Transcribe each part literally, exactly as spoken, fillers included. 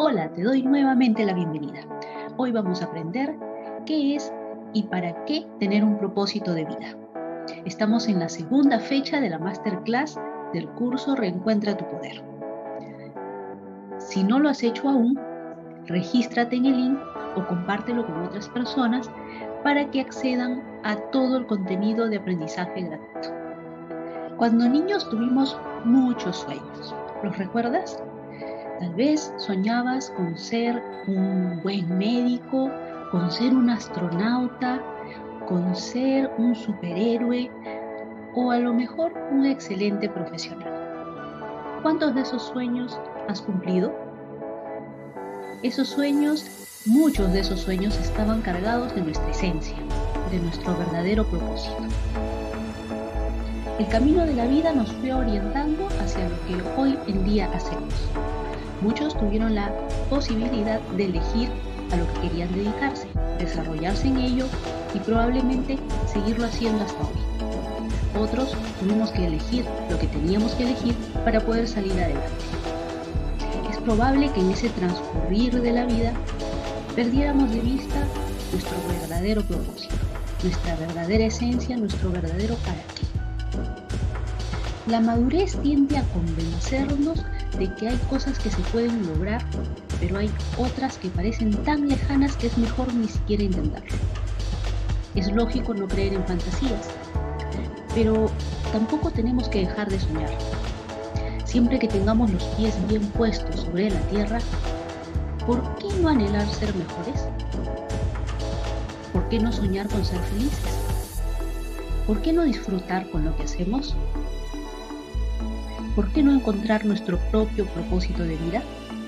Hola, te doy nuevamente la bienvenida. Hoy vamos a aprender qué es y para qué tener un propósito de vida. Estamos en la segunda fecha de la Masterclass del curso Reencuentra tu Poder. Si no lo has hecho aún, regístrate en el link o compártelo con otras personas para que accedan a todo el contenido de aprendizaje gratuito. Cuando niños tuvimos muchos sueños, ¿los recuerdas? Tal vez soñabas con ser un buen médico, con ser un astronauta, con ser un superhéroe o a lo mejor un excelente profesional. ¿Cuántos de esos sueños has cumplido? Esos sueños, muchos de esos sueños estaban cargados de nuestra esencia, de nuestro verdadero propósito. El camino de la vida nos fue orientando hacia lo que hoy en día hacemos. Muchos tuvieron la posibilidad de elegir a lo que querían dedicarse, desarrollarse en ello y probablemente seguirlo haciendo hasta hoy. Otros tuvimos que elegir lo que teníamos que elegir para poder salir adelante. Es probable que en ese transcurrir de la vida perdiéramos de vista nuestro verdadero propósito, nuestra verdadera esencia, nuestro verdadero para qué. La madurez tiende a convencernos de que hay cosas que se pueden lograr, pero hay otras que parecen tan lejanas que es mejor ni siquiera intentarlo. Es lógico no creer en fantasías, pero tampoco tenemos que dejar de soñar. Siempre que tengamos los pies bien puestos sobre la tierra, ¿por qué no anhelar ser mejores? ¿Por qué no soñar con ser felices? ¿Por qué no disfrutar con lo que hacemos? ¿Por qué no encontrar nuestro propio propósito de vida?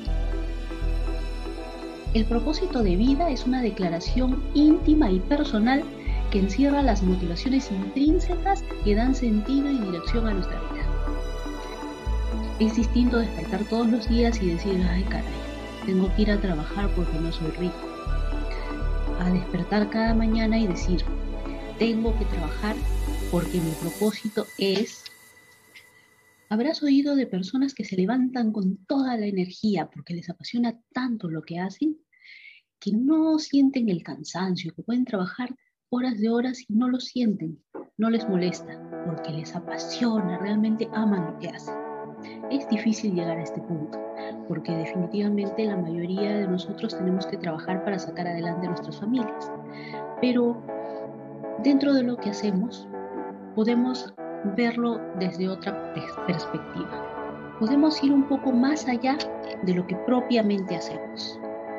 El propósito de vida es una declaración íntima y personal que encierra las motivaciones intrínsecas que dan sentido y dirección a nuestra vida. Es distinto despertar todos los días y decir, ay caray, tengo que ir a trabajar porque no soy rico. A despertar cada mañana y decir, tengo que trabajar porque mi propósito es... Habrás oído de personas que se levantan con toda la energía porque les apasiona tanto lo que hacen, que no sienten el cansancio, que pueden trabajar horas de horas y no lo sienten, no les molesta, porque les apasiona, realmente aman lo que hacen. Es difícil llegar a este punto, porque definitivamente la mayoría de nosotros tenemos que trabajar para sacar adelante a nuestras familias. Pero dentro de lo que hacemos, podemos verlo desde otra perspectiva. Podemos ir un poco más allá de lo que propiamente hacemos.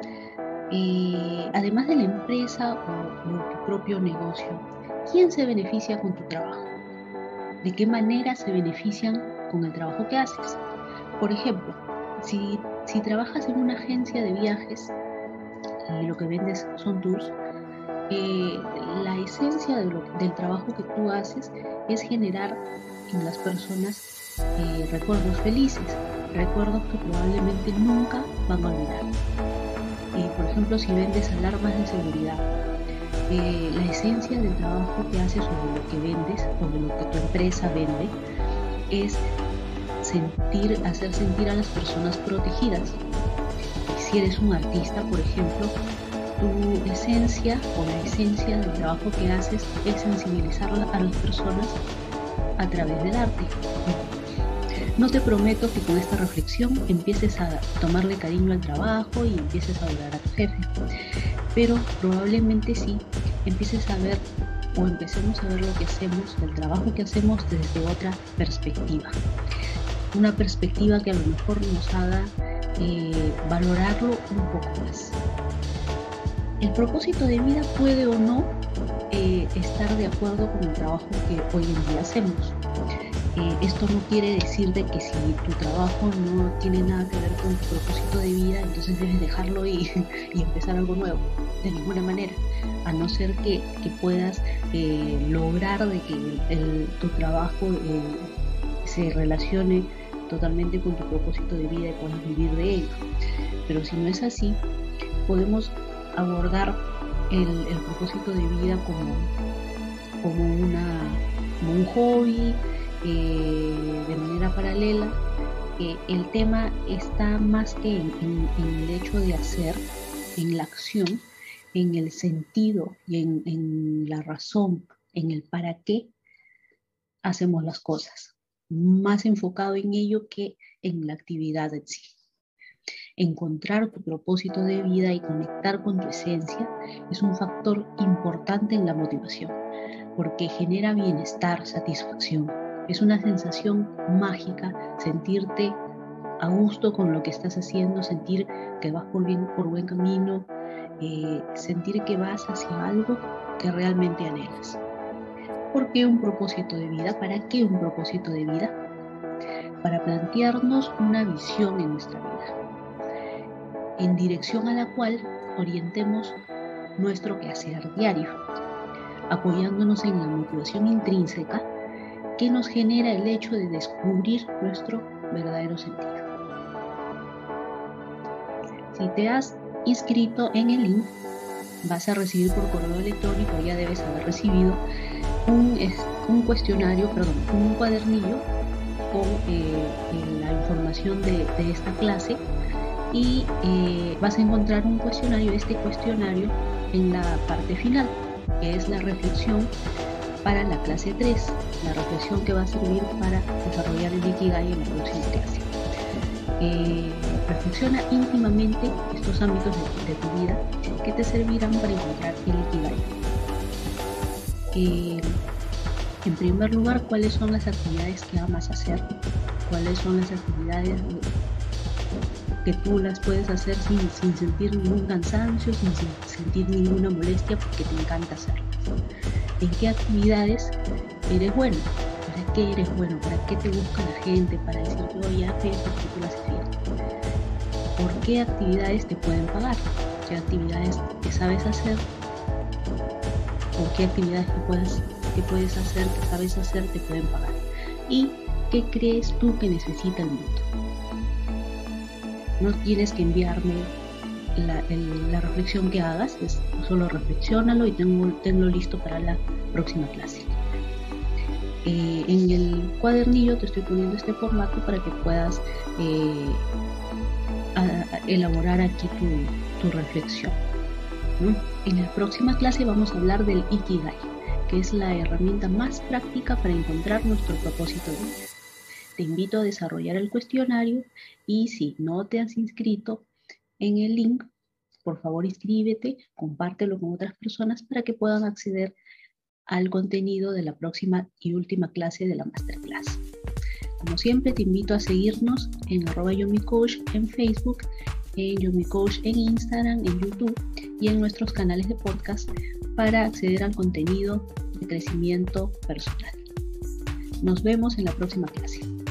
Eh, además de la empresa o, o tu propio negocio, ¿quién se beneficia con tu trabajo? ¿De qué manera se benefician con el trabajo que haces? Por ejemplo, si, si trabajas en una agencia de viajes y lo que vendes son tours, Eh, la esencia de lo, del trabajo que tú haces es generar en las personas eh, recuerdos felices, recuerdos que probablemente nunca van a olvidar. Eh, por ejemplo, si vendes alarmas de seguridad, eh, la esencia del trabajo que haces o de lo que vendes o de lo que tu empresa vende es sentir, hacer sentir a las personas protegidas. Si eres un artista, por ejemplo, tu esencia o la esencia del trabajo que haces es sensibilizar a las personas a través del arte. No te prometo que con esta reflexión empieces a tomarle cariño al trabajo y empieces a adorar a tu jefe, pero probablemente sí empieces a ver o empecemos a ver lo que hacemos, el trabajo que hacemos desde otra perspectiva. Una perspectiva que a lo mejor nos haga eh, valorarlo un poco más. El propósito de vida puede o no eh, estar de acuerdo con el trabajo que hoy en día hacemos. Eh, esto no quiere decir de que si tu trabajo no tiene nada que ver con tu propósito de vida, entonces debes dejarlo y, y empezar algo nuevo. De ninguna manera, a no ser que, que puedas eh, lograr de que el, tu trabajo eh, se relacione totalmente con tu propósito de vida y puedas vivir de ello. Pero si no es así, podemos abordar el, el propósito de vida como, como, una, como un hobby, eh, de manera paralela, que el tema está más que en, en, en el hecho de hacer, en la acción, en el sentido y en, en la razón, en el para qué hacemos las cosas, más enfocado en ello que en la actividad en sí. Encontrar tu propósito de vida y conectar con tu esencia es un factor importante en la motivación, porque genera bienestar, satisfacción. Es una sensación mágica sentirte a gusto con lo que estás haciendo, sentir que vas por, bien, por buen camino, eh, sentir que vas hacia algo que realmente anhelas. ¿Por qué un propósito de vida? ¿Para qué un propósito de vida? Para plantearnos una visión en nuestra vida, en dirección a la cual orientemos nuestro quehacer diario, apoyándonos en la motivación intrínseca que nos genera el hecho de descubrir nuestro verdadero sentido. Si te has inscrito en el link, vas a recibir por correo electrónico, ya debes haber recibido un, un cuestionario, perdón, un cuadernillo con eh, la información de, de esta clase, y eh, vas a encontrar un cuestionario, este cuestionario en la parte final, que es la reflexión para la clase tres, la reflexión que va a servir para desarrollar el Ikigai en la próxima clase. Eh, reflexiona íntimamente estos ámbitos de, de tu vida que te servirán para encontrar el Ikigai. Eh, en primer lugar, ¿cuáles son las actividades que amas hacer? ¿Cuáles son las actividades que tú las puedes hacer sin, sin sentir ningún cansancio, sin, sin sentir ninguna molestia, porque te encanta hacerlas? ¿En qué actividades eres bueno? ¿Para qué eres bueno? ¿Para qué te busca la gente? Para decirte, oye, haz esto porque tú lo haces bien. ¿Por qué actividades te pueden pagar? ¿Qué actividades que sabes hacer? ¿O qué actividades que puedes, que puedes hacer, que sabes hacer, te pueden pagar? ¿Y qué crees tú que necesita el mundo? No tienes que enviarme la, el, la reflexión que hagas, es, solo reflexiónalo y tengo, tenlo listo para la próxima clase. Eh, en el cuadernillo te estoy poniendo este formato para que puedas eh, a, a elaborar aquí tu, tu reflexión. ¿no? En la próxima clase vamos a hablar del Ikigai, que es la herramienta más práctica para encontrar nuestro propósito de vida. Te invito a desarrollar el cuestionario y si no te has inscrito en el link, por favor inscríbete, compártelo con otras personas para que puedan acceder al contenido de la próxima y última clase de la Masterclass. Como siempre, te invito a seguirnos en arroba yomicoach en Facebook, en yomicoach en Instagram, en YouTube y en nuestros canales de podcast para acceder al contenido de crecimiento personal. Nos vemos en la próxima clase.